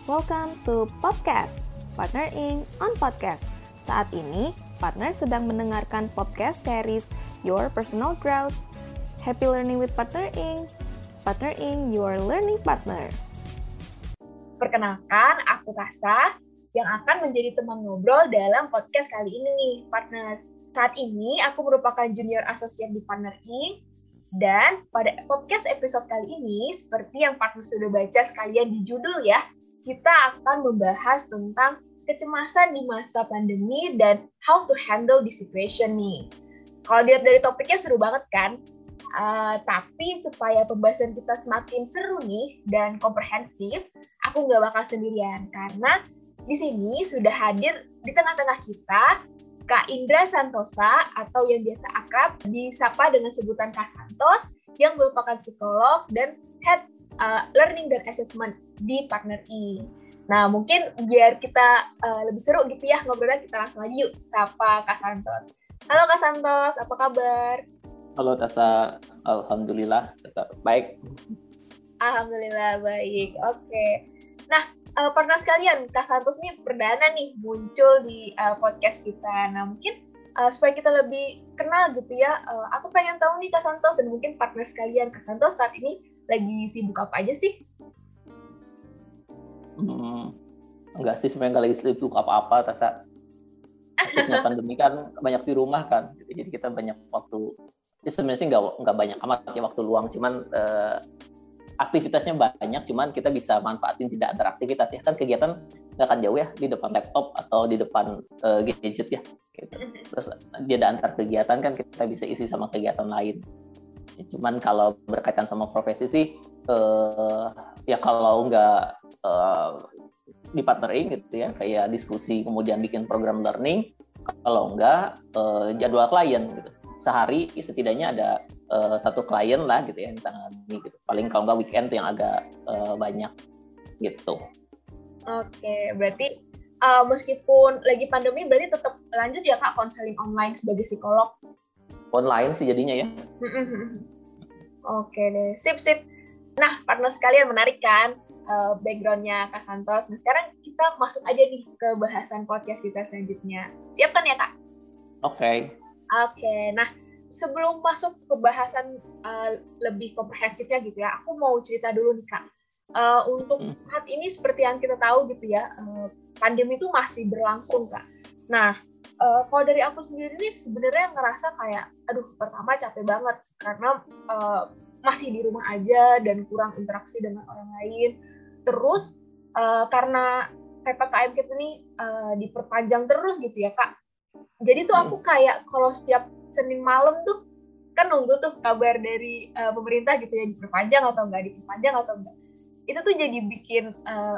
Welcome to Podcast, Partner Inc. on Podcast. Saat ini, Partner sedang mendengarkan podcast series Your Personal Growth. Happy learning with Partner Inc. Partner Inc. Your learning partner. Perkenalkan, aku Tasa yang akan menjadi teman ngobrol dalam podcast kali ini nih, Partners. Saat ini, aku merupakan junior associate di Partner Inc. Dan pada podcast episode kali ini, seperti yang Partner sudah baca sekalian di judul ya, kita akan membahas tentang kecemasan di masa pandemi dan how to handle the situation nih. Kalau dilihat dari topiknya seru banget kan? Tapi supaya pembahasan kita semakin seru nih dan komprehensif, aku nggak bakal sendirian karena di sini sudah hadir di tengah-tengah kita Kak Indra Santosa atau yang biasa akrab disapa dengan sebutan Kak Santos yang merupakan psikolog dan head learning dan assessment di Partner Inc. Nah, mungkin biar kita lebih seru gitu ya ngobrolnya, kita langsung aja yuk sapa Kak Santos. Halo Kak Santos, apa kabar? Halo Tasa, alhamdulillah Tasa baik. Alhamdulillah baik. Oke. Nah, partner sekalian, Kak Santos ini perdana nih muncul di podcast kita. Nah, mungkin supaya kita lebih kenal gitu ya, aku pengen tahu nih Kak Santos dan mungkin partner sekalian, Kak Santos saat ini lagi sibuk apa aja sih? Enggak sih, sebenarnya nggak lagi sibuk apa-apa Tasa. Maksudnya pandemi kan banyak di rumah kan, jadi kita banyak waktu. Ya sebenarnya sih nggak banyak amat ya waktu luang, cuman aktivitasnya banyak, cuman kita bisa manfaatin tidak beraktivitas ya kan, kegiatan nggak akan jauh ya di depan laptop atau di depan gadget ya gitu. Terus dia ada antar kegiatan kan kita bisa isi sama kegiatan lain ya, cuman kalau berkaitan sama profesi sih ya kalau nggak di partnering gitu ya kayak diskusi kemudian bikin program learning, kalau nggak jadwal klien gitu, sehari setidaknya ada satu klien lah gitu ya yang ditangani gitu. Paling kalau nggak weekend tuh yang agak banyak gitu. Oke, berarti meskipun lagi pandemi berarti tetap lanjut ya Kak konseling online sebagai psikolog? Online sih jadinya ya. Oke deh, sip. Nah, partner sekalian menarik kan background-nya Kak Santos. Nah, sekarang kita masuk aja nih ke bahasan podcast kita selanjutnya. Siap kan ya Kak? Oke, nah sebelum masuk ke bahasan lebih komprehensifnya gitu ya, aku mau cerita dulu nih Kak. Untuk saat ini seperti yang kita tahu gitu ya, pandemi itu masih berlangsung Kak. Nah, kalau dari aku sendiri nih sebenarnya ngerasa kayak, pertama capek banget karena masih di rumah aja dan kurang interaksi dengan orang lain. Terus karena PPKM kita nih diperpanjang terus gitu ya Kak. Jadi tuh aku kayak kalau setiap Senin malam tuh kan nunggu tuh kabar dari pemerintah gitu ya, diperpanjang atau enggak, itu tuh jadi bikin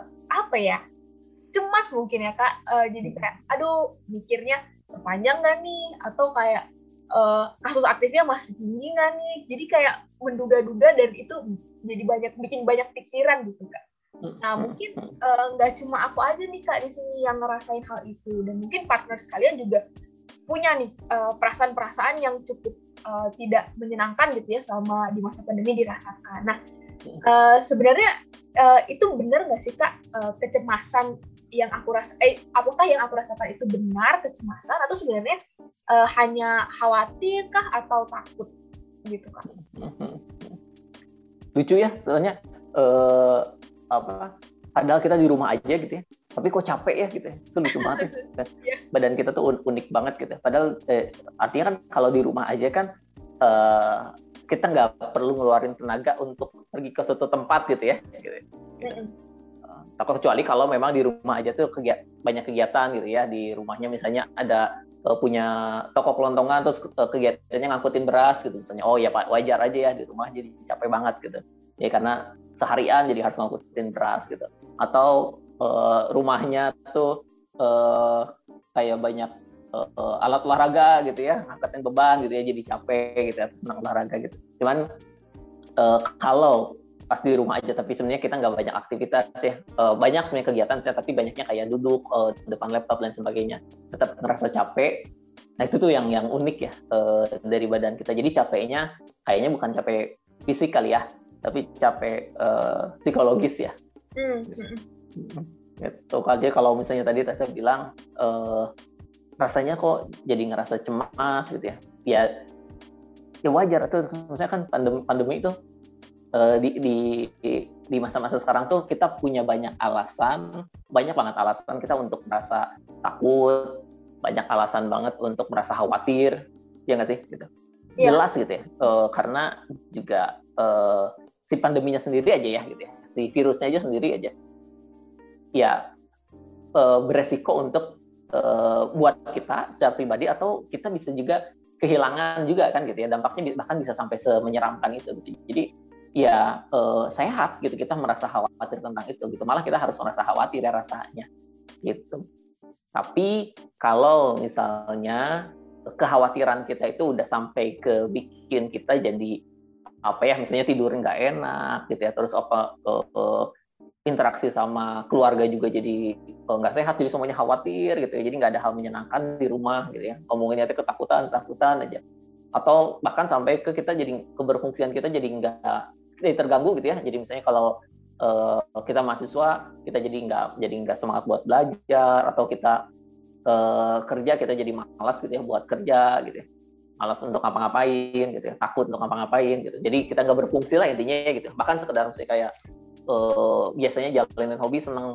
cemas mungkin ya Kak. Jadi kayak mikirnya perpanjang nggak nih, atau kayak kasus aktifnya masih tinggi nggak nih, jadi kayak menduga-duga dan itu jadi bikin banyak pikiran gitu Kak. Nah mungkin nggak cuma aku aja nih Kak di sini yang ngerasain hal itu, dan mungkin partner sekalian juga punya nih perasaan-perasaan yang cukup tidak menyenangkan gitu ya selama di masa pandemi dirasakan. Nah sebenarnya itu benar nggak sih Kak, kecemasan yang aku apakah yang aku rasakan itu benar kecemasan atau sebenarnya hanya khawatir kah atau takut gitu Kak? Lucu ya soalnya padahal kita di rumah aja gitu ya, tapi kok capek ya gitu ya, itu lucu banget ya. Badan kita tuh unik banget gitu, padahal artinya kan kalau di rumah aja kan kita nggak perlu ngeluarin tenaga untuk pergi ke suatu tempat gitu ya gitu. Kecuali kalau memang di rumah aja tuh banyak kegiatan gitu ya, di rumahnya misalnya ada punya toko kelontongan terus kegiatannya ngangkutin beras gitu misalnya, oh ya Pak, wajar aja ya di rumah jadi capek banget gitu ya karena seharian jadi harus ngangkutin beras gitu. Atau rumahnya tuh kayak banyak alat olahraga gitu ya, ngangkatin beban gitu ya, jadi capek gitu ya, senang olahraga gitu. Cuman kalau pas di rumah aja tapi sebenarnya kita nggak banyak aktivitas ya, banyak sebenarnya kegiatan tapi banyaknya kayak duduk depan laptop dan sebagainya, tetap ngerasa capek. Nah itu tuh yang unik ya dari badan kita. Jadi capeknya kayaknya bukan capek fisik kali ya, tapi capek psikologis ya. Gitu. Jadi kalau misalnya tadi Tasya bilang rasanya kok jadi ngerasa cemas gitu ya. Ya wajar tuh. Misalnya kan pandemi itu di masa-masa sekarang tuh kita punya banyak banget alasan kita untuk merasa takut, banyak alasan banget untuk merasa khawatir, ya nggak sih? Gitu. Yeah. Jelas gitu ya. Karena juga si pandeminya sendiri aja ya, gitu ya. Si virusnya aja sendiri aja. Ya beresiko untuk buat kita secara pribadi, atau kita bisa juga kehilangan juga kan gitu ya, dampaknya bahkan bisa sampai semenyeramkan itu gitu. Jadi ya sehat gitu kita merasa khawatir tentang itu gitu, malah kita harus merasa khawatir ya rasanya gitu. Tapi kalau misalnya kekhawatiran kita itu udah sampai ke bikin kita jadi apa ya, misalnya tidur nggak enak gitu ya, terus interaksi sama keluarga juga jadi nggak sehat, jadi semuanya khawatir gitu ya, jadi nggak ada hal menyenangkan di rumah gitu ya, ngomonginnya itu ketakutan aja, atau bahkan sampai ke kita jadi keberfungsian kita jadi nggak terganggu gitu ya. Jadi misalnya kalau kita mahasiswa, kita jadi nggak semangat buat belajar, atau kita kerja kita jadi malas gitu ya buat kerja gitu ya, malas untuk ngapa-ngapain gitu ya, takut untuk ngapa-ngapain gitu, jadi kita nggak berfungsi lah intinya gitu. Bahkan sekedar misalnya kayak biasanya jalanin hobi, senang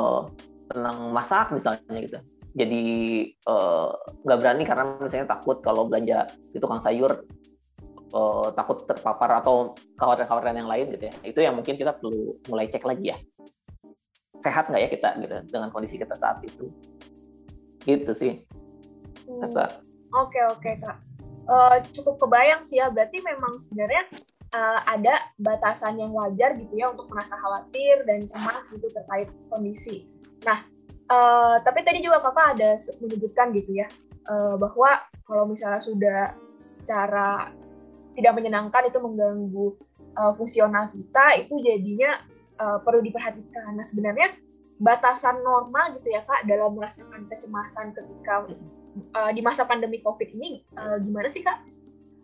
masak misalnya gitu, jadi nggak berani karena misalnya takut kalau belanja di tukang sayur takut terpapar atau kekhawatiran yang lain gitu ya. Itu yang mungkin kita perlu mulai cek lagi ya, sehat nggak ya kita gitu dengan kondisi kita saat itu, gitu sih. Oke Kak, cukup kebayang sih ya, berarti memang sebenarnya ada batasan yang wajar gitu ya untuk merasa khawatir dan cemas gitu terkait kondisi. Nah, tapi tadi juga Kakak ada menyebutkan gitu ya, bahwa kalau misalnya sudah secara tidak menyenangkan itu mengganggu fungsional kita, itu jadinya perlu diperhatikan. Nah, sebenarnya batasan normal gitu ya Kak dalam merasakan kecemasan ketika di masa pandemi COVID ini gimana sih Kak?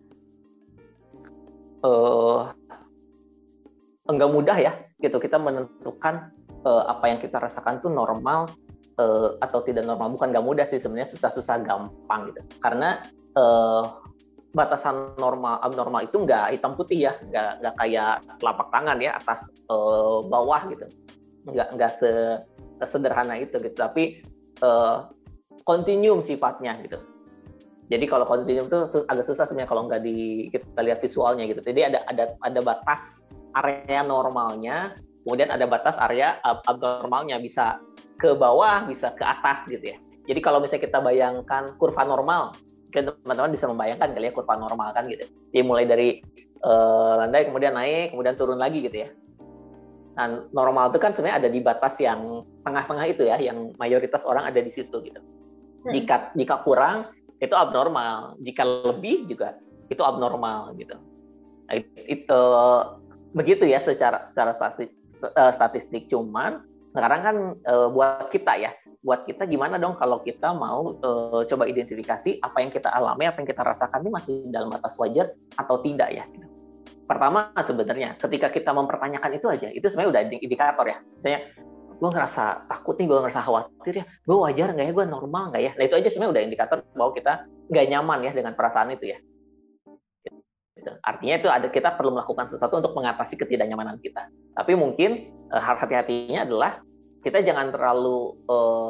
Enggak mudah ya gitu kita menentukan apa yang kita rasakan tuh normal atau tidak normal. Bukan nggak mudah sih sebenarnya, susah-susah gampang gitu, karena batasan normal abnormal itu nggak hitam putih ya, nggak kayak telapak tangan ya, atas bawah gitu, nggak sederhana itu gitu, tapi kontinuum sifatnya gitu. Jadi kalau kontinuum itu agak susah sebenarnya kalau nggak kita lihat visualnya gitu. Jadi ada batas area normalnya, kemudian ada batas area abnormalnya, bisa ke bawah, bisa ke atas gitu ya. Jadi kalau misalnya kita bayangkan kurva normal, kan teman-teman bisa membayangkan kali ya kurva normal kan gitu. Jadi mulai dari landai, kemudian naik, kemudian turun lagi gitu ya. Nah, normal itu kan sebenarnya ada di batas yang tengah-tengah itu ya, yang mayoritas orang ada di situ gitu. Jika kurang itu abnormal, jika lebih juga itu abnormal gitu. Itu begitu ya secara statistik. Cuman sekarang kan buat kita gimana dong kalau kita mau coba identifikasi apa yang kita alami, apa yang kita rasakan ini masih dalam batas wajar atau tidak ya gitu. Pertama sebenarnya ketika kita mempertanyakan itu aja, itu sebenarnya udah indikator ya. Misalnya gue ngerasa takut nih, gue ngerasa khawatir ya, gue wajar nggak ya, gue normal nggak ya? Nah itu aja sebenarnya udah indikator bahwa kita nggak nyaman ya dengan perasaan itu ya. Gitu. Artinya itu kita perlu melakukan sesuatu untuk mengatasi ketidaknyamanan kita. Tapi mungkin hal hati-hatinya adalah kita jangan terlalu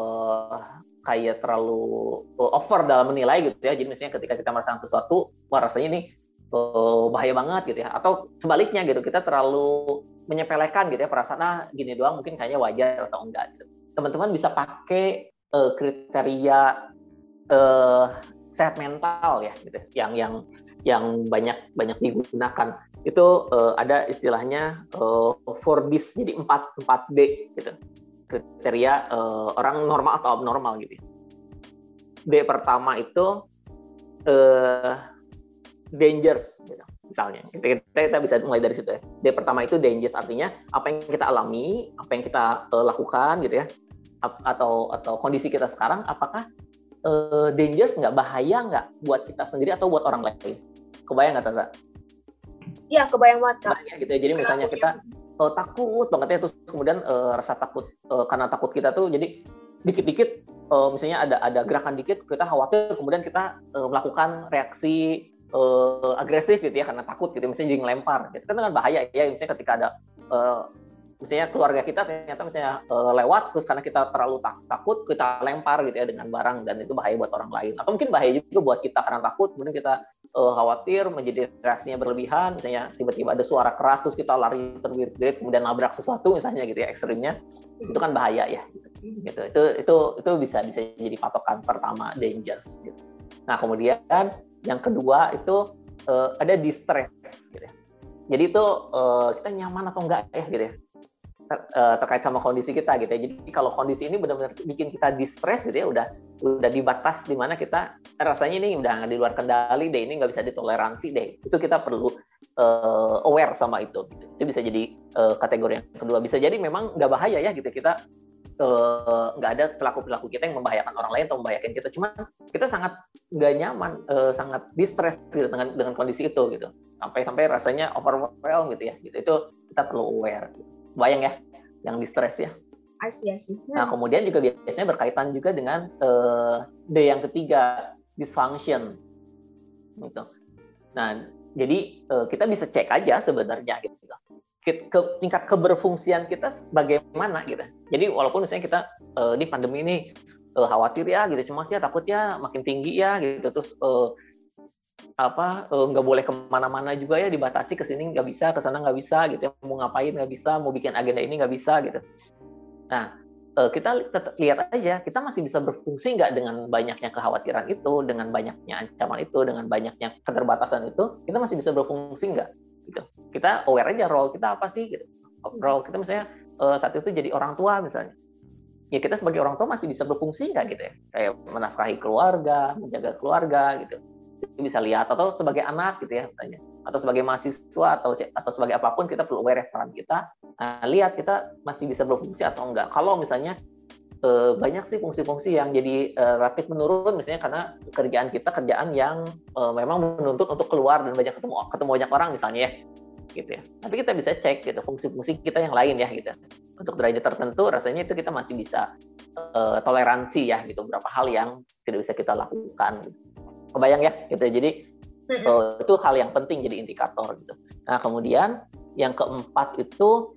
over dalam menilai gitu ya. Jadi misalnya ketika kita merasakan sesuatu, wah rasanya ini bahaya banget gitu ya. Atau sebaliknya gitu, kita terlalu menyepelekan gitu ya perasaan, gini doang mungkin kayaknya wajar atau enggak gitu. Teman-teman bisa pakai kriteria sehat mental ya gitu, yang banyak digunakan. Itu ada istilahnya 4Ds, jadi 4D gitu. Kriteria orang normal atau abnormal gitu. D pertama itu dangers gitu. Misalnya, kita bisa mulai dari situ ya. D pertama itu dangers, artinya apa yang kita alami, apa yang kita lakukan gitu ya, atau kondisi kita sekarang, apakah dangers nggak, bahaya nggak buat kita sendiri atau buat orang lain. Kebayang nggak Tasa? Iya, kebayang banget Kak. Gitu ya. Jadi misalnya kita takut banget ya, terus kemudian rasa takut karena takut kita tuh jadi dikit-dikit misalnya ada gerakan dikit kita khawatir, kemudian kita melakukan reaksi agresif gitu ya karena takut gitu, misalnya jadi ngelempar gitu kan bahaya ya, misalnya ketika ada misalnya keluarga kita ternyata misalnya lewat terus karena kita terlalu takut kita lempar gitu ya dengan barang, dan itu bahaya buat orang lain, atau mungkin bahaya juga buat kita karena takut kemudian kita khawatir menjadi reaksinya berlebihan, misalnya tiba-tiba ada suara keras terus kita lari terbirit-birit kemudian nabrak sesuatu misalnya gitu ya, ekstrimnya itu kan bahaya ya gitu. Itu bisa jadi patokan pertama dangerous gitu. Nah kemudian yang kedua itu ada distress gitu ya. Jadi itu kita nyaman atau enggak ya gitu ya, terkait sama kondisi kita gitu ya. Jadi kalau kondisi ini benar-benar bikin kita distress gitu ya, udah di batas di mana kita rasanya ini udah di luar kendali deh, ini nggak bisa ditoleransi deh, itu kita perlu aware sama itu gitu. Itu bisa jadi kategori yang kedua. Bisa jadi memang nggak bahaya ya gitu, kita nggak ada perilaku kita yang membahayakan orang lain atau membahayakan kita, cuma kita sangat nggak nyaman, sangat distress gitu dengan kondisi itu gitu, sampai rasanya overwhelmed gitu ya gitu. Itu kita perlu aware gitu. Bayang ya yang distress ya. Asih. Nah kemudian juga biasanya berkaitan juga dengan D yang ketiga, dysfunction gitu. Nah jadi kita bisa cek aja sebenarnya gitu, tingkat keberfungsian kita bagaimana gitu. Jadi walaupun misalnya kita di pandemi ini khawatir ya gitu, cemas ya, takutnya makin tinggi ya gitu, terus nggak boleh kemana-mana juga ya, dibatasi, ke sini nggak bisa, ke sana nggak bisa gitu ya, mau ngapain nggak bisa, mau bikin agenda ini nggak bisa gitu. Nah kita lihat aja kita masih bisa berfungsi nggak dengan banyaknya kekhawatiran itu, dengan banyaknya ancaman itu, dengan banyaknya keterbatasan itu, kita masih bisa berfungsi nggak gitu. Kita aware aja role kita apa sih gitu. Role kita misalnya saat itu jadi orang tua misalnya, ya kita sebagai orang tua masih bisa berfungsi nggak gitu ya, kayak menafkahi keluarga, menjaga keluarga gitu. Bisa lihat, atau sebagai anak gitu ya misalnya, atau sebagai mahasiswa atau sebagai apapun, kita perlu aware peran kita. Nah, lihat kita masih bisa berfungsi atau enggak. Kalau misalnya banyak sih fungsi-fungsi yang jadi relatif menurun, misalnya karena kerjaan yang memang menuntut untuk keluar dan banyak ketemu banyak orang misalnya ya gitu ya. Tapi kita bisa cek gitu fungsi-fungsi kita yang lain ya gitu. Untuk derajat tertentu rasanya itu kita masih bisa toleransi ya gitu, beberapa hal yang tidak bisa kita lakukan gitu. Kebayang ya gitu. Jadi itu hal yang penting jadi indikator gitu. Nah kemudian yang keempat itu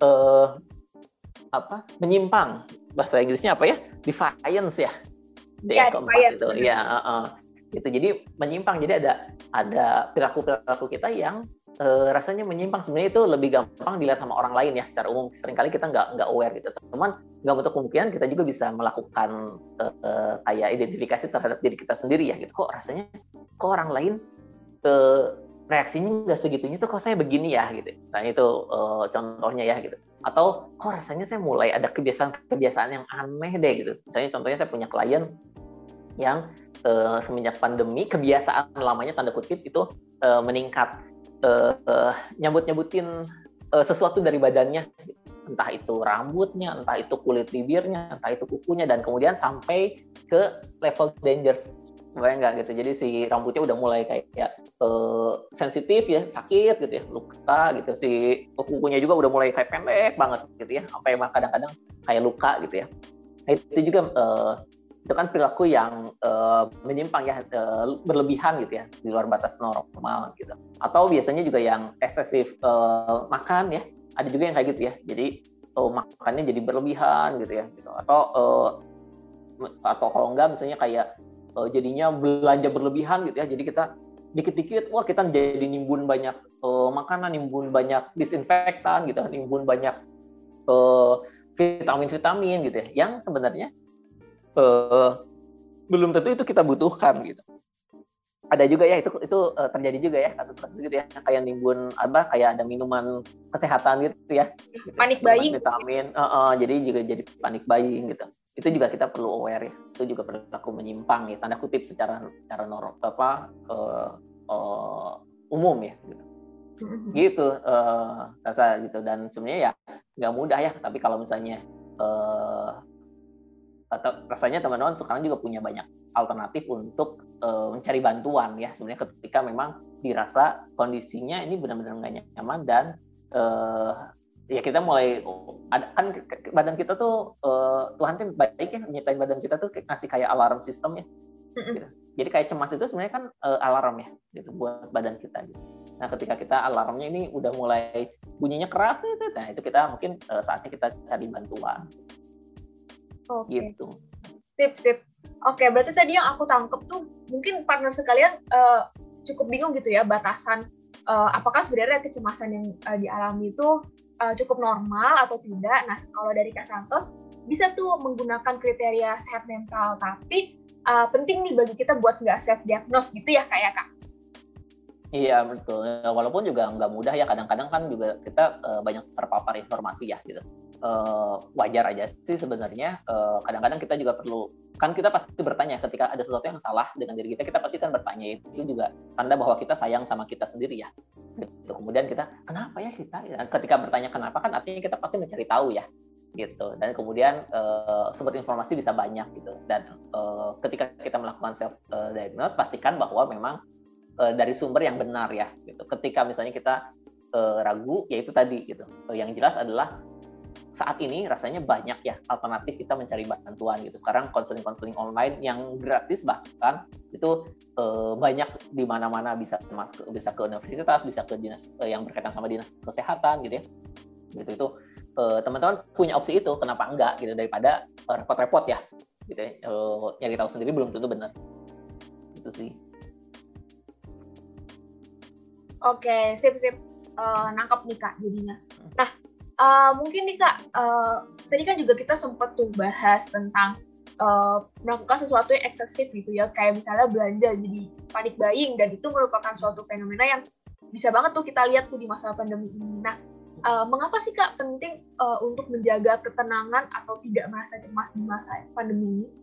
menyimpang, bahasa Inggrisnya apa ya, defiance ya, yang keempat itu ya gitu. Jadi menyimpang, jadi ada perilaku kita yang rasanya menyimpang, sebenarnya itu lebih gampang dilihat sama orang lain ya secara umum. Seringkali kita nggak aware gitu, teman nggak untuk kemungkinan kita juga bisa melakukan kayak identifikasi terhadap diri kita sendiri ya gitu. Kok rasanya orang lain reaksinya nggak segitunya tuh, kok saya begini ya gitu. Misalnya itu contohnya ya gitu. Atau kok rasanya saya mulai ada kebiasaan yang aneh deh gitu. Misalnya contohnya saya punya klien yang semenjak pandemi kebiasaan lamanya tanda kutip itu meningkat, nyambut-nyabutin sesuatu dari badannya, entah itu rambutnya, entah itu kulit bibirnya, entah itu kukunya, dan kemudian sampai ke level dangerous. Bayang nggak gitu, jadi si rambutnya udah mulai kayak sensitif ya, sakit gitu ya, luka gitu, si kukunya juga udah mulai kayak pendek banget gitu ya, sampai kadang-kadang kayak luka gitu ya. Nah, itu juga itu kan perilaku yang menyimpang ya, berlebihan gitu ya, di luar batas normal gitu. Atau biasanya juga yang eksesif makan ya, ada juga yang kayak gitu ya, jadi makannya jadi berlebihan gitu ya, gitu. Atau kalau enggak misalnya kayak jadinya belanja berlebihan gitu ya, jadi kita dikit-dikit kita jadi nimbun banyak makanan, nimbun banyak disinfektan gitu, nimbun banyak vitamin gitu ya, yang sebenarnya belum tentu itu kita butuhkan gitu. Ada juga ya, itu terjadi juga ya kasus-kasus gitu ya, kayak nimbun kayak ada minuman kesehatan gitu ya, panik buying vitamin, jadi juga jadi panik buying gitu. Itu juga kita perlu aware ya, itu juga perilaku menyimpang ya, tanda kutip secara umum ya gitu rasa gitu. Dan sebenarnya ya nggak mudah ya, tapi kalau misalnya rasanya teman-teman sekarang juga punya banyak alternatif untuk mencari bantuan ya sebenarnya, ketika memang dirasa kondisinya ini benar-benar nggak nyaman dan ya kita mulai ada kan badan kita tuh Tuhan kan baik ya nyiptain badan kita tuh ngasih kayak alarm sistem ya. Gitu. Jadi kayak cemas itu sebenarnya kan alarm ya gitu buat badan kita gitu. Nah, ketika kita alarmnya ini udah mulai bunyinya keras gitu, nah itu kita mungkin saatnya kita cari bantuan. Gitu. Sip. Oke, berarti tadi yang aku tangkep tuh mungkin partner sekalian cukup bingung gitu ya batasan apakah sebenarnya kecemasan yang dialami itu cukup normal atau tidak. Nah, kalau dari Kak Santos bisa tuh menggunakan kriteria sehat mental, tapi penting nih bagi kita buat nggak self-diagnose gitu ya Kak. Iya, betul. Walaupun juga nggak mudah ya, kadang-kadang kan juga kita banyak terpapar informasi ya gitu. Wajar aja sih sebenarnya, kadang-kadang kita juga perlu, kan kita pasti bertanya ketika ada sesuatu yang salah dengan diri kita pasti kan bertanya, itu juga tanda bahwa kita sayang sama kita sendiri ya gitu. Kemudian kita, kenapa ya kita, ketika bertanya kenapa kan artinya kita pasti mencari tahu ya gitu, dan kemudian sumber informasi bisa banyak gitu, dan ketika kita melakukan self diagnose pastikan bahwa memang dari sumber yang benar ya gitu. Ketika misalnya kita ragu, ya itu tadi gitu, yang jelas adalah saat ini rasanya banyak ya alternatif kita mencari bantuan gitu. Sekarang konseling online yang gratis bahkan itu banyak di mana-mana, bisa ke universitas, bisa ke dinas yang berkaitan sama dinas kesehatan gitu ya. Gitu itu teman-teman punya opsi itu, kenapa enggak gitu, daripada repot-repot ya gitu ya. Nyari tahu sendiri belum tentu benar. Itu sih. Oke, sip. Nangkep nih Kak jadinya. Nah, mungkin nih Kak, tadi kan juga kita sempat tuh bahas tentang melakukan sesuatu yang eksesif gitu ya, kayak misalnya belanja jadi panic buying, dan itu merupakan suatu fenomena yang bisa banget tuh kita lihat tuh di masa pandemi ini. Nah, mengapa sih Kak penting untuk menjaga ketenangan atau tidak merasa cemas di masa pandemi ini?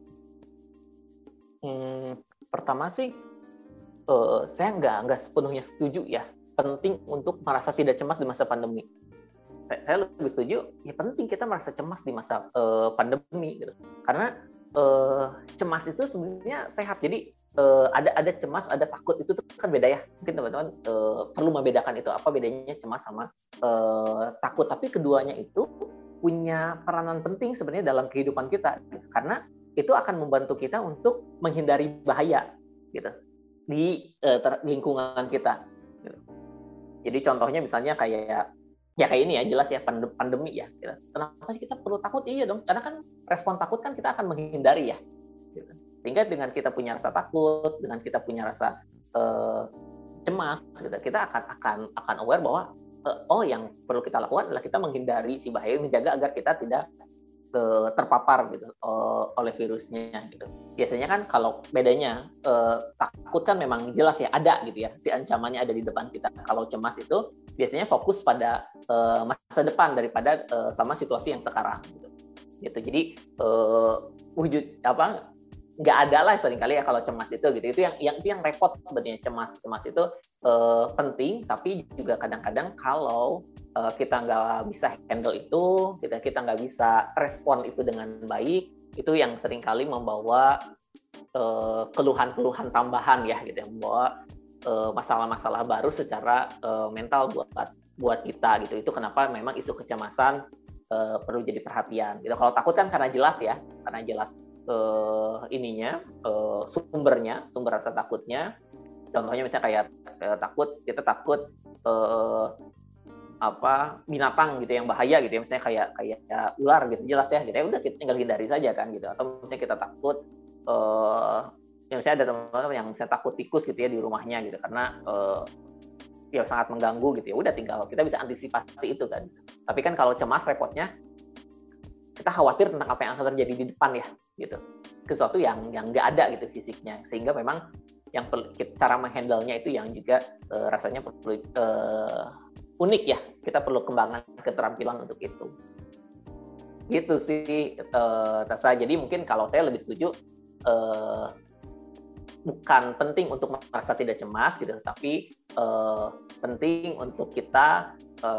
Pertama sih, saya nggak sepenuhnya setuju ya, penting untuk merasa tidak cemas di masa pandemi. Saya lebih setuju, ya penting kita merasa cemas di masa pandemi gitu. Karena cemas itu sebenarnya sehat. Jadi ada cemas, ada takut, itu tuh kan beda ya. Mungkin teman-teman perlu membedakan itu, apa bedanya cemas sama takut. Tapi keduanya itu punya peranan penting sebenarnya dalam kehidupan kita gitu. Karena itu akan membantu kita untuk menghindari bahaya gitu di lingkungan kita gitu. Jadi contohnya misalnya kayak ini ya, jelas ya, pandemi ya. Kenapa sih kita perlu takut? Iya dong, karena kan respon takut kan kita akan menghindari ya. Gitu. Sehingga dengan kita punya rasa takut, dengan kita punya rasa cemas, gitu, kita akan aware bahwa yang perlu kita lakukan adalah kita menghindari si bahaya, menjaga agar kita tidak terpapar gitu oleh virusnya gitu. Biasanya kan kalau bedanya takut kan memang jelas ya, ada gitu ya, si ancamannya ada di depan kita. Kalau cemas itu biasanya fokus pada masa depan daripada sama situasi yang sekarang gitu. Jadi wujud apa, nggak ada lah seringkali ya kalau cemas itu gitu. Itu yang repot sebenarnya. Cemas itu penting, tapi juga kadang-kadang kalau kita nggak bisa handle itu, kita nggak bisa respon itu dengan baik, itu yang seringkali membawa keluhan-keluhan tambahan ya gitu, membawa masalah-masalah baru secara mental buat kita gitu. Itu kenapa memang isu kecemasan perlu jadi perhatian gitu. Kalau takut kan karena jelas ya, karena jelas sumber rasa takutnya. Contohnya misalnya kayak kita takut binatang gitu yang bahaya gitu ya, misalnya kayak ular gitu, jelas ya gitu ya, udah kita tinggal hindari saja kan gitu. Atau misalnya kita takut misalnya ada teman-teman yang misalnya takut tikus gitu ya di rumahnya gitu, karena ya sangat mengganggu gitu ya, udah tinggal kita bisa antisipasi itu kan. Tapi kan kalau cemas repotnya kita khawatir tentang apa yang akan terjadi di depan ya gitu, sesuatu yang nggak ada gitu fisiknya, sehingga memang yang cara menghandle-nya itu yang juga rasanya perlu unik ya, kita perlu kembangkan keterampilan untuk itu gitu sih Tasa. Jadi mungkin kalau saya lebih setuju bukan penting untuk merasa tidak cemas gitu, tapi penting untuk kita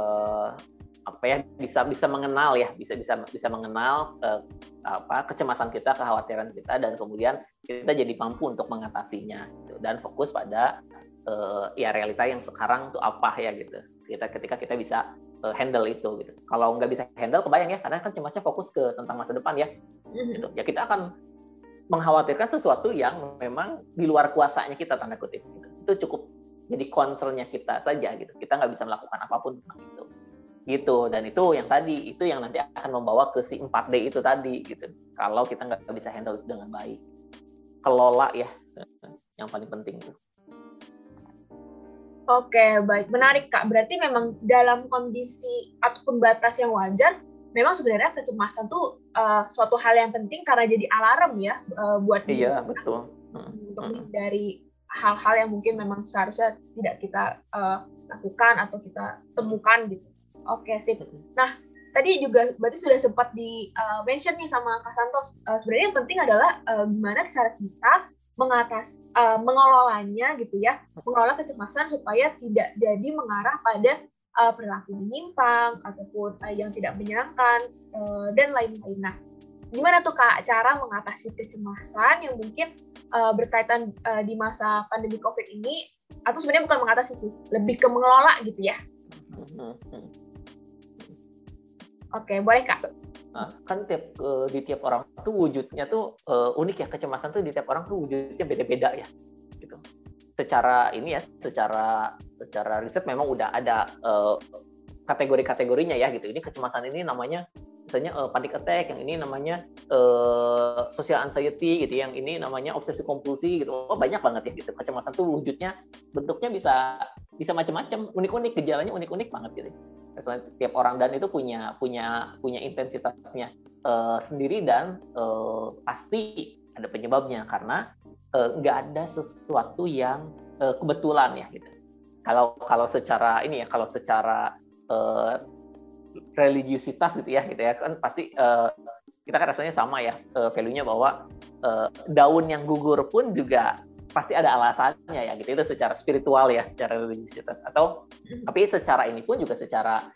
bisa mengenal ya, bisa mengenal kecemasan kita, kekhawatiran kita, dan kemudian kita jadi mampu untuk mengatasinya gitu, dan fokus pada realita yang sekarang tuh apa ya gitu. Ketika kita bisa handle itu gitu. Kalau nggak bisa handle, kebayang ya, karena kan cemasnya fokus ke tentang masa depan ya. Gitu. Ya kita akan mengkhawatirkan sesuatu yang memang di luar kuasanya kita, tanda kutip. Gitu. Itu cukup jadi concern-nya kita saja gitu. Kita nggak bisa melakukan apapun tentang itu. Gitu. Dan itu yang tadi, itu yang nanti akan membawa ke si 4D itu tadi gitu. Kalau kita nggak bisa handle itu dengan baik. Kelola ya, yang paling penting itu. Oke, baik. Menarik, Kak. Berarti memang dalam kondisi ataupun batas yang wajar, memang sebenarnya kecemasan tuh suatu hal yang penting karena jadi alarm ya buat Iya, betul. Untuk menghindari hal-hal yang mungkin memang seharusnya tidak kita lakukan atau kita temukan gitu. Oke, sip. Nah, tadi juga berarti sudah sempat di-mention nih sama Kak Santos. Sebenarnya yang penting adalah gimana cara kita mengelolanya gitu ya, mengelola kecemasan supaya tidak jadi mengarah pada perilaku menyimpang ataupun yang tidak menyenangkan dan lain-lain. Nah, gimana tuh Kak cara mengatasi kecemasan yang mungkin berkaitan di masa pandemi COVID ini, atau sebenarnya bukan mengatasi sih, lebih ke mengelola gitu ya? Oke, boleh Kak. Nah, kan di tiap orang tuh wujudnya tuh unik ya, kecemasan tuh di tiap orang tuh wujudnya beda-beda ya gitu. Secara riset memang udah ada kategori-kategorinya ya gitu. Ini kecemasan ini namanya misalnya panic attack, yang ini namanya social anxiety gitu, yang ini namanya obsesi kompulsi gitu. Banyak banget ya gitu. Kecemasan tuh wujudnya, bentuknya bisa macam-macam, unik-unik, gejalanya unik-unik banget gitu. Soalnya tiap orang dan itu punya intensitasnya sendiri, dan pasti ada penyebabnya karena nggak ada sesuatu yang kebetulan ya gitu. Kalau secara ini ya, kalau secara religiusitas gitu ya kan pasti kita kan rasanya sama ya, value-nya bahwa daun yang gugur pun juga pasti ada alasannya ya gitu. Itu secara spiritual ya, secara religiusitas, atau tapi secara ini pun juga secara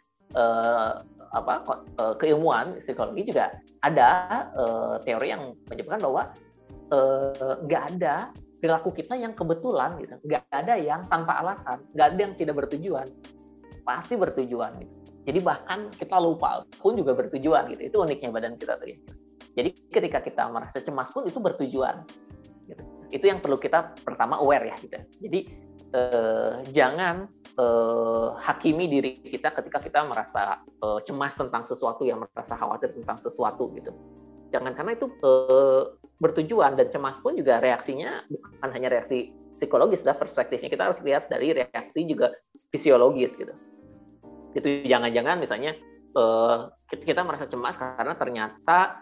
keilmuan psikologi juga ada teori yang menyebutkan bahwa nggak ada perilaku kita yang kebetulan gitu, nggak ada yang tanpa alasan, nggak ada yang tidak bertujuan, pasti bertujuan gitu. Jadi bahkan kita lupa pun juga bertujuan gitu. Itu uniknya badan kita tuh ya. Jadi ketika kita merasa cemas pun itu bertujuan gitu. Itu yang perlu kita pertama aware ya gitu. Jadi jangan hakimi diri kita ketika kita merasa cemas tentang sesuatu, yang merasa khawatir tentang sesuatu gitu. Jangan, karena itu bertujuan, dan cemas pun juga reaksinya bukan hanya reaksi psikologis lah, perspektifnya kita harus lihat dari reaksi juga fisiologis gitu. Itu jangan-jangan misalnya kita merasa cemas karena ternyata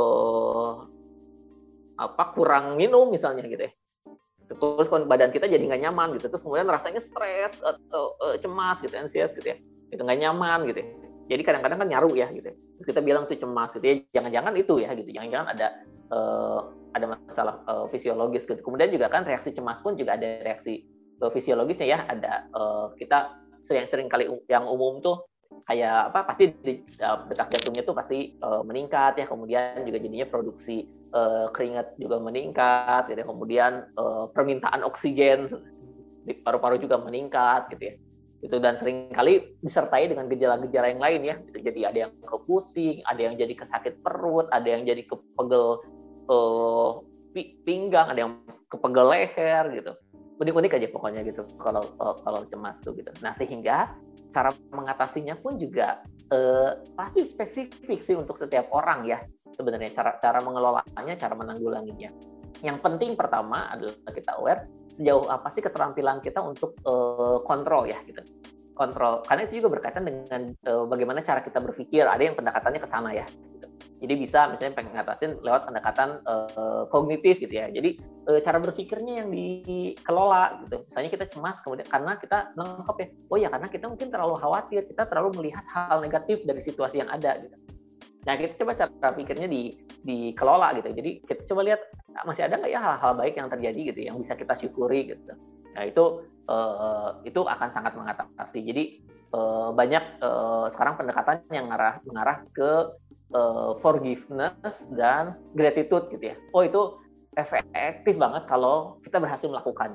kurang minum misalnya gitu ya. Terus badan kita jadi nggak nyaman gitu, terus kemudian rasanya stres, cemas gitu, anxious gitu ya, itu nggak nyaman gitu ya. Jadi kadang-kadang kan nyaru ya gitu ya. Terus kita bilang tuh cemas gitu ya, jangan-jangan itu ya gitu, jangan-jangan ada masalah fisiologis gitu. Kemudian juga kan reaksi cemas pun juga ada reaksi fisiologisnya ya, ada kita sering kali yang umum tuh kayak pasti detak jantungnya tuh pasti meningkat ya, kemudian juga jadinya produksi keringat juga meningkat gitu ya, kemudian permintaan oksigen di paru-paru juga meningkat gitu ya, itu, dan sering kali disertai dengan gejala-gejala yang lain ya gitu. Jadi ada yang kepusing, ada yang jadi kesakit perut, ada yang jadi kepegel pinggang, ada yang kepegel leher gitu. Unik-unik aja pokoknya gitu kalau cemas tuh gitu. Nah, sehingga cara mengatasinya pun juga pasti spesifik sih untuk setiap orang ya sebenarnya, cara mengelolanya, cara menanggulanginya. Yang penting pertama adalah kita aware sejauh apa sih keterampilan kita untuk kontrol ya gitu. Kontrol, karena itu juga berkaitan dengan bagaimana cara kita berpikir. Ada yang pendekatannya ke sana ya gitu. Jadi bisa misalnya ngatasin lewat pendekatan kognitif gitu ya. Jadi cara berpikirnya yang dikelola gitu. Misalnya kita cemas kemudian karena kita nangkep ya, oh ya karena kita mungkin terlalu khawatir, kita terlalu melihat hal negatif dari situasi yang ada gitu. Nah, kita coba cara pikirnya dikelola gitu. Jadi kita coba lihat masih ada nggak ya hal-hal baik yang terjadi gitu, yang bisa kita syukuri gitu. Nah, itu akan sangat mengatasi. Jadi banyak sekarang pendekatan yang mengarah ke forgiveness dan gratitude gitu ya. Oh, itu efektif banget kalau kita berhasil melakukannya.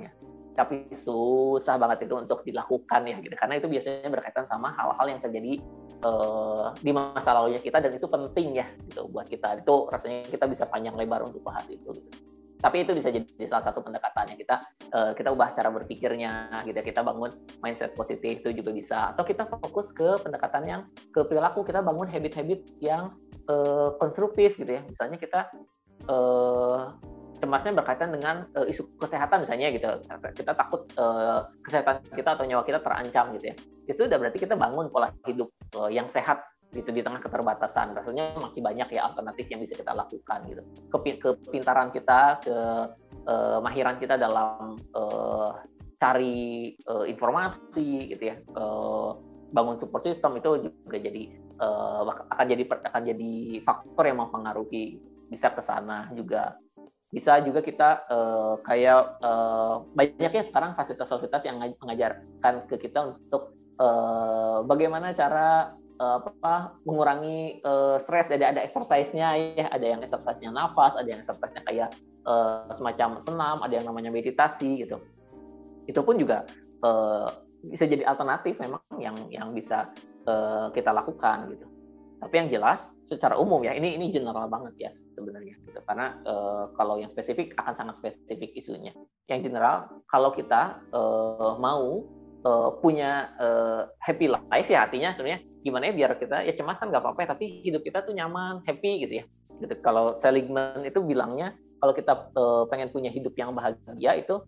tapi susah banget itu untuk dilakukan ya gitu, karena itu biasanya berkaitan sama hal-hal yang terjadi di masa lalunya kita, dan itu penting ya gitu buat kita. Itu rasanya kita bisa panjang lebar untuk bahas itu gitu. Tapi itu bisa jadi salah satu pendekatannya, kita ubah cara berpikirnya gitu, kita bangun mindset positif itu juga bisa, atau kita fokus ke pendekatan yang ke perilaku, kita bangun habit-habit yang konstruktif gitu ya. Misalnya kita cemasnya berkaitan dengan isu kesehatan misalnya gitu, kita takut kesehatan kita atau nyawa kita terancam gitu ya, itu udah berarti kita bangun pola hidup yang sehat gitu di tengah keterbatasan. Rasanya masih banyak ya alternatif yang bisa kita lakukan gitu, kepintaran kita, kemahiran kita dalam cari informasi gitu ya, bangun support system itu juga jadi akan jadi faktor yang mempengaruhi, bisa ke sana juga. Bisa juga kita kayak banyaknya sekarang fasilitas-fasilitas yang mengajarkan ke kita untuk bagaimana cara mengurangi stres. Ada exercise-nya ya, ada yang exercise-nya nafas, ada yang exercise-nya kayak semacam senam, ada yang namanya meditasi gitu. Itu pun juga bisa jadi alternatif memang yang bisa kita lakukan gitu. Tapi yang jelas secara umum ya, ini general banget ya sebenarnya gitu. Karena kalau yang spesifik akan sangat spesifik isunya. Yang general, kalau kita mau punya happy life ya, artinya sebenarnya gimana ya biar kita ya cemas kan nggak apa-apa, tapi hidup kita tuh nyaman, happy gitu ya. Gitu. Kalau Seligman itu bilangnya kalau kita pengen punya hidup yang bahagia itu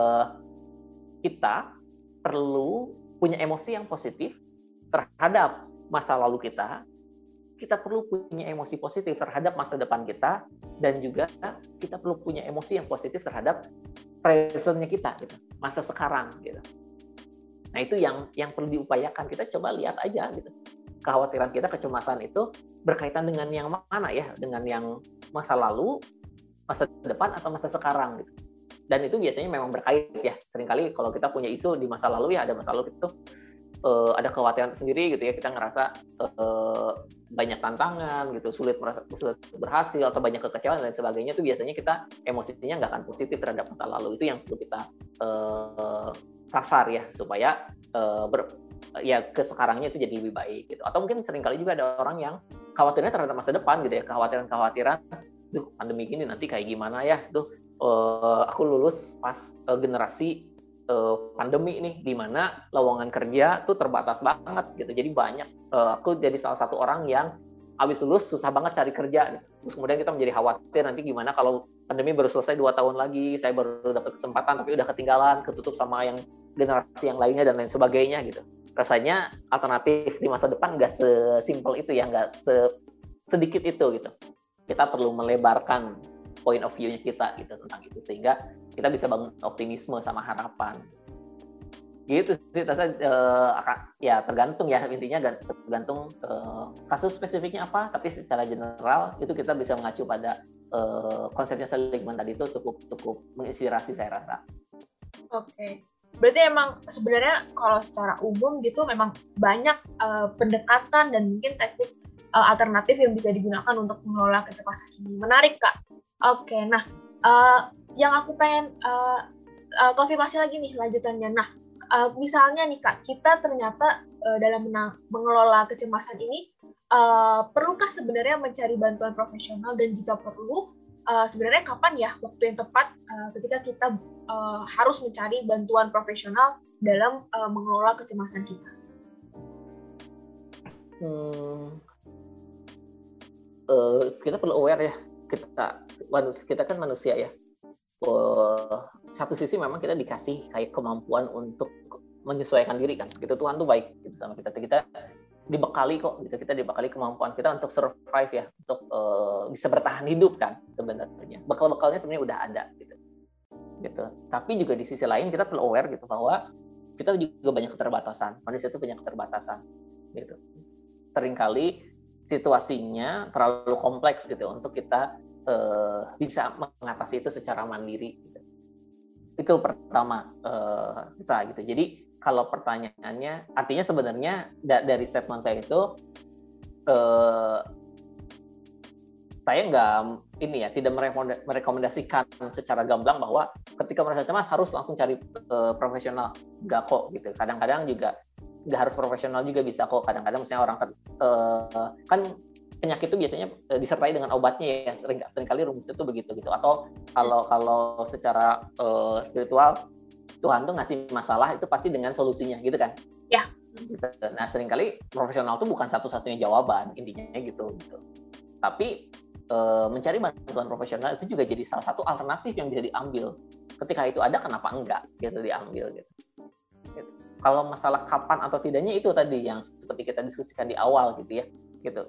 kita perlu punya emosi yang positif terhadap masa lalu kita perlu punya emosi positif terhadap masa depan kita, dan juga kita perlu punya emosi yang positif terhadap present-nya kita gitu, masa sekarang gitu. Nah itu yang perlu diupayakan. Kita coba lihat aja gitu, kekhawatiran kita, kecemasan itu berkaitan dengan yang mana ya, dengan yang masa lalu, masa depan, atau masa sekarang gitu. Dan itu biasanya memang berkait ya. Seringkali kalau kita punya isu di masa lalu ya, ada masa lalu itu ada kekhawatiran sendiri gitu ya, kita ngerasa banyak tantangan gitu, sulit berhasil atau banyak kekecewaan dan sebagainya, itu biasanya kita emosinya nggak akan positif terhadap masa lalu. Itu yang perlu kita sasar ya, supaya ya ke sekarangnya itu jadi lebih baik gitu. Atau mungkin seringkali juga ada orang yang khawatirnya terhadap masa depan gitu ya, kekhawatiran duh pandemi gini nanti kayak gimana ya, aku lulus pas generasi pandemi nih, di mana lowongan kerja tuh terbatas banget gitu. Jadi banyak, aku jadi salah satu orang yang habis lulus susah banget cari kerja gitu. Terus kemudian kita menjadi khawatir nanti gimana kalau pandemi baru selesai 2 tahun lagi, saya baru dapat kesempatan tapi udah ketinggalan, ketutup sama yang generasi yang lainnya dan lain sebagainya gitu. Rasanya alternatif di masa depan nggak sesimpel itu ya, nggak sedikit itu gitu. Kita perlu melebarkan point of view-nya kita gitu tentang itu, sehingga kita bisa bangun optimisme sama harapan. Gitu sih, ya tergantung ya, intinya tergantung kasus spesifiknya apa, tapi secara general itu kita bisa mengacu pada konsepnya Seligman tadi, itu cukup menginspirasi saya rasa. Oke. Berarti emang sebenarnya kalau secara umum gitu memang banyak pendekatan dan mungkin teknik alternatif yang bisa digunakan untuk mengelola kecemasan ini. Menarik, Kak. Oke, nah yang aku pengen konfirmasi lagi nih lanjutannya. Nah, misalnya nih Kak, kita ternyata dalam mengelola kecemasan ini perlukah sebenarnya mencari bantuan profesional, dan jika perlu sebenarnya kapan ya waktu yang tepat ketika kita harus mencari bantuan profesional dalam mengelola kecemasan kita? Kita perlu aware ya, kita kan manusia ya. Satu sisi memang kita dikasih kayak kemampuan untuk menyesuaikan diri kan, gitu. Tuhan tuh baik gitu sama kita dibekali kok gitu, kita dibekali kemampuan kita untuk survive ya, untuk bisa bertahan hidup kan sebenarnya. Bekal-bekalnya sebenarnya udah ada gitu. Tapi juga di sisi lain kita perlu aware gitu bahwa kita juga banyak keterbatasan, manusia itu banyak keterbatasan gitu. Seringkali situasinya terlalu kompleks gitu untuk kita bisa mengatasi itu secara mandiri gitu. Itu pertama bisa gitu. Jadi kalau pertanyaannya, artinya sebenarnya dari statement saya itu saya tidak merekomendasikan secara gamblang bahwa ketika merasa cemas harus langsung cari profesional. Nggak kok gitu. Kadang-kadang juga nggak harus profesional juga bisa kok. Kadang-kadang misalnya orang kan penyakit itu biasanya disertai dengan obatnya ya. Seringkali rumusnya tuh begitu gitu. Atau kalau secara spiritual Tuhan tuh ngasih masalah itu pasti dengan solusinya gitu kan. Ya. Nah seringkali profesional tuh bukan satu-satunya jawaban, intinya gitu. Tapi mencari bantuan profesional itu juga jadi salah satu alternatif yang bisa diambil. Ketika itu ada, kenapa enggak gitu diambil gitu. Kalau masalah kapan atau tidaknya itu tadi yang seperti kita diskusikan di awal gitu ya. Gitu.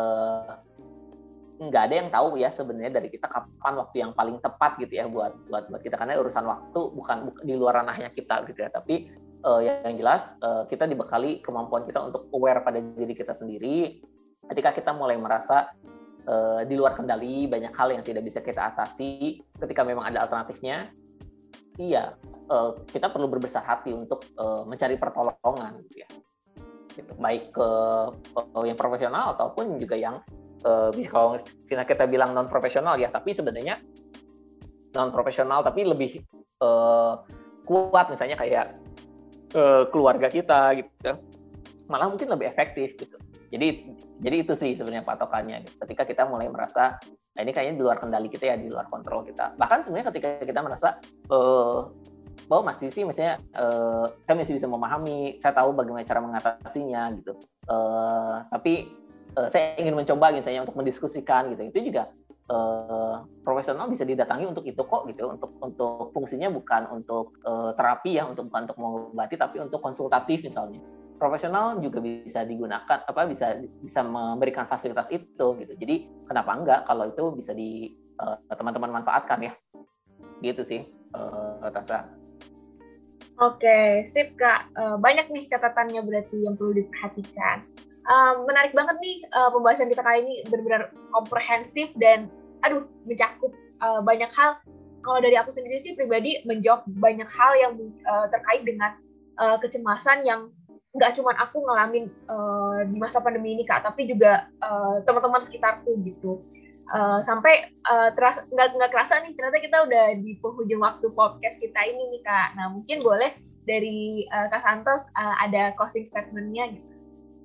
Nggak ada yang tahu ya sebenarnya dari kita kapan waktu yang paling tepat gitu ya buat kita, karena urusan waktu bukan di luar ranahnya kita gitu ya. Tapi yang jelas kita dibekali kemampuan kita untuk aware pada diri kita sendiri. Ketika kita mulai merasa di luar kendali, banyak hal yang tidak bisa kita atasi, ketika memang ada alternatifnya, iya, kita perlu berbesar hati untuk mencari pertolongan, gitu ya. Gitu. Baik ke yang profesional ataupun juga yang kalau kita bilang non profesional ya, tapi sebenarnya non profesional tapi lebih kuat, misalnya kayak keluarga kita, gitu, malah mungkin lebih efektif, gitu. Jadi itu sih sebenarnya patokannya. Ketika kita mulai merasa, ini kayaknya di luar kendali kita ya, di luar kontrol kita. Bahkan sebenarnya ketika kita merasa bahwa misalnya saya masih bisa memahami, saya tahu bagaimana cara mengatasinya gitu. Tapi saya ingin mencoba misalnya untuk mendiskusikan gitu. Itu juga profesional bisa didatangi untuk itu kok gitu. Untuk fungsinya bukan untuk terapi ya, bukan untuk mengobati, tapi untuk konsultatif misalnya. Profesional juga bisa digunakan, bisa memberikan fasilitas itu gitu. Jadi kenapa enggak kalau itu bisa teman-teman manfaatkan ya, gitu sih, Tasa. Oke, sip Kak. Banyak nih catatannya berarti yang perlu diperhatikan. Menarik banget nih pembahasan kita kali ini, benar-benar komprehensif dan mencakup banyak hal. Kalau dari aku sendiri sih pribadi menjawab banyak hal yang terkait dengan kecemasan yang nggak cuma aku ngalamin di masa pandemi ini Kak, tapi juga teman-teman sekitarku gitu. Sampai nggak kerasa nih, ternyata kita udah di penghujung waktu podcast kita ini nih Kak. Nah mungkin boleh dari Kak Santos ada closing statement-nya gitu.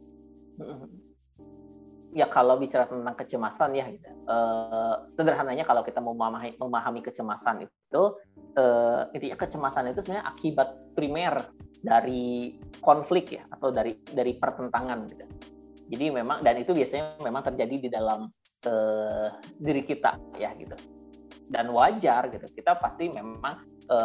Ya kalau bicara tentang kecemasan ya gitu. Sederhananya kalau kita memahami kecemasan itu, intinya kecemasan itu sebenarnya akibat primer dari konflik ya, atau dari pertentangan gitu. Jadi memang, dan itu biasanya memang terjadi di dalam diri kita ya gitu. Dan wajar gitu, kita pasti memang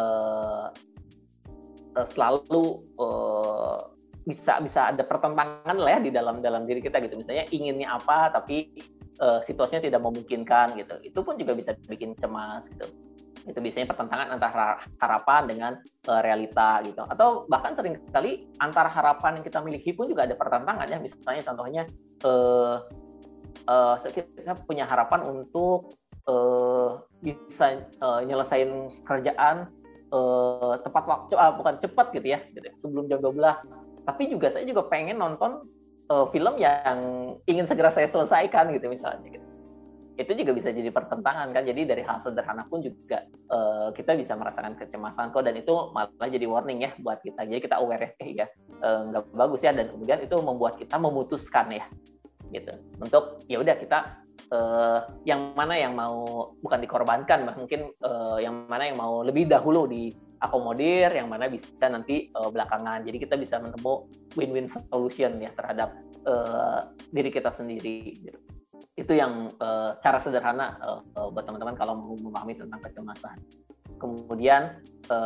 selalu bisa ada pertentangan lah ya di dalam diri kita gitu. Misalnya inginnya apa tapi situasinya tidak memungkinkan gitu. Itu pun juga bisa bikin cemas gitu. Itu biasanya pertentangan antara harapan dengan realita gitu. Atau bahkan sering kali antara harapan yang kita miliki pun juga ada pertentangan ya. Misalnya contohnya kita punya harapan untuk bisa nyelesain kerjaan tepat waktu, bukan cepat gitu ya, sebelum jam 12. Tapi saya juga pengen nonton film yang ingin segera saya selesaikan gitu misalnya gitu. Itu juga bisa jadi pertentangan kan. Jadi dari hal sederhana pun juga kita bisa merasakan kecemasan kok, dan itu malah jadi warning ya buat kita. Jadi kita aware ya, nggak bagus ya, dan kemudian itu membuat kita memutuskan ya gitu. Untuk ya udah kita yang mana yang mau bukan dikorbankan, mungkin yang mana yang mau lebih dahulu diakomodir, yang mana bisa nanti belakangan. Jadi kita bisa menemu win-win solution ya terhadap diri kita sendiri gitu. Itu yang cara sederhana buat teman-teman kalau mau memahami tentang kecemasan. Kemudian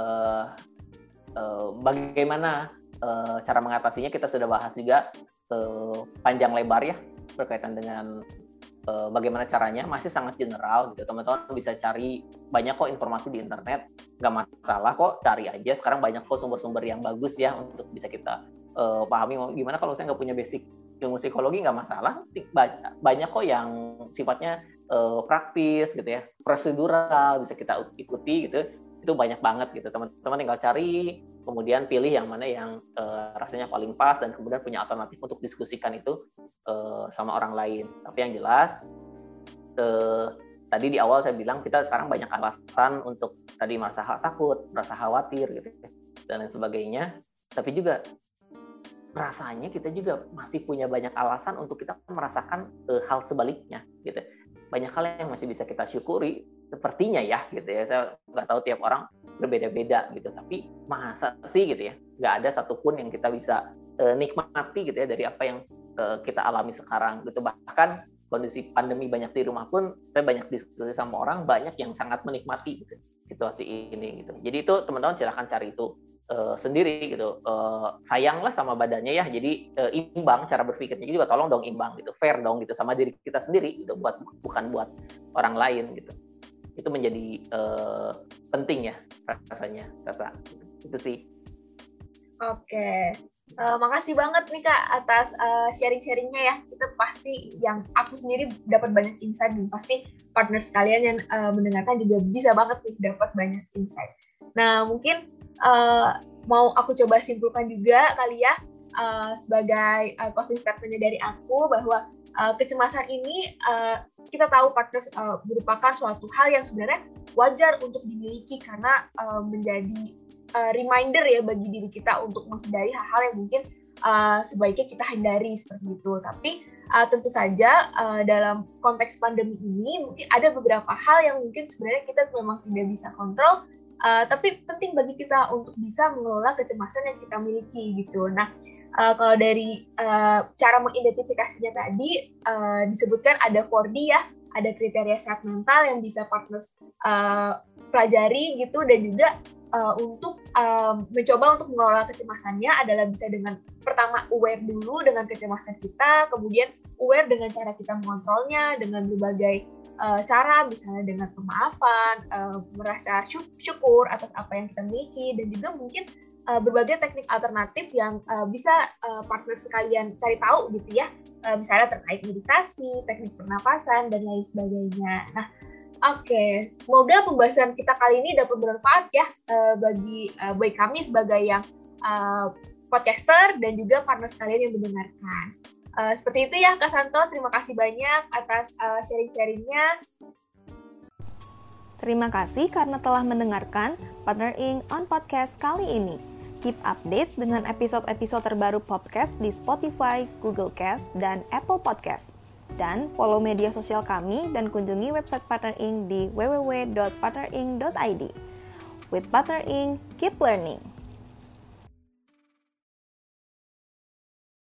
bagaimana cara mengatasinya, kita sudah bahas juga panjang lebar ya berkaitan dengan bagaimana caranya. Masih sangat general gitu, teman-teman bisa cari banyak kok informasi di internet, nggak masalah kok, cari aja. Sekarang banyak kok sumber-sumber yang bagus ya untuk bisa kita pahami. Gimana kalau saya nggak punya basic ilmu psikologi, nggak masalah, banyak kok yang sifatnya praktis gitu ya, prosedural, bisa kita ikuti gitu. Itu banyak banget gitu, teman-teman tinggal cari, kemudian pilih yang mana yang rasanya paling pas, dan kemudian punya alternatif untuk diskusikan itu sama orang lain. Tapi yang jelas tadi di awal saya bilang kita sekarang banyak alasan untuk tadi merasa takut, merasa khawatir gitu dan lain sebagainya. Tapi juga rasanya kita juga masih punya banyak alasan untuk kita merasakan hal sebaliknya gitu. Banyak hal yang masih bisa kita syukuri sepertinya ya gitu ya. Saya nggak tahu tiap orang berbeda-beda gitu. Tapi masa sih gitu ya nggak ada satupun yang kita bisa nikmati gitu ya dari apa yang kita alami sekarang gitu. Bahkan kondisi pandemi banyak di rumah pun saya banyak diskusi sama orang banyak yang sangat menikmati gitu, situasi ini gitu. Jadi itu teman-teman silahkan cari itu sendiri gitu. Sayanglah sama badannya ya. Jadi imbang cara berpikirnya juga, tolong dong imbang gitu, fair dong gitu sama diri kita sendiri gitu, bukan buat orang lain gitu. Itu menjadi penting ya rasanya. Itu sih. Oke. Makasih banget nih Kak atas sharing-sharingnya ya. Kita pasti yang aku sendiri dapat banyak insight dan pasti partner sekalian yang mendengarkan juga bisa banget nih dapat banyak insight. Nah mungkin mau aku coba simpulkan juga kali ya sebagai closing statement-nya dari aku bahwa kecemasan ini kita tahu partners merupakan suatu hal yang sebenarnya wajar untuk dimiliki karena menjadi reminder ya bagi diri kita untuk menghindari hal-hal yang mungkin sebaiknya kita hindari seperti itu. Tapi tentu saja dalam konteks pandemi ini mungkin ada beberapa hal yang mungkin sebenarnya kita memang tidak bisa kontrol, tapi penting bagi kita untuk bisa mengelola kecemasan yang kita miliki gitu. Nah, kalau dari cara mengidentifikasinya tadi disebutkan ada 4D ya, ada kriteria sehat mental yang bisa partners pelajari gitu, dan juga untuk mencoba untuk mengelola kecemasannya adalah bisa dengan pertama aware dulu dengan kecemasan kita, kemudian aware dengan cara kita mengontrolnya dengan berbagai cara, misalnya dengan pemaafan, merasa syukur atas apa yang kita miliki, dan juga mungkin berbagai teknik alternatif yang bisa partner sekalian cari tahu gitu ya, misalnya terkait meditasi, teknik pernapasan, dan lain sebagainya. Nah, oke, semoga pembahasan kita kali ini dapat bermanfaat ya bagi kami sebagai yang podcaster dan juga partner sekalian yang mendengarkan. Seperti itu ya Kak Santo, terima kasih banyak atas sharing-sharingnya. Terima kasih karena telah mendengarkan Partner Inc. on Podcast kali ini. Keep update dengan episode-episode terbaru podcast di Spotify, Google Cast, dan Apple Podcast. Dan follow media sosial kami dan kunjungi website Partner Inc. di www.partnerinc.id. With Partner Inc., keep learning!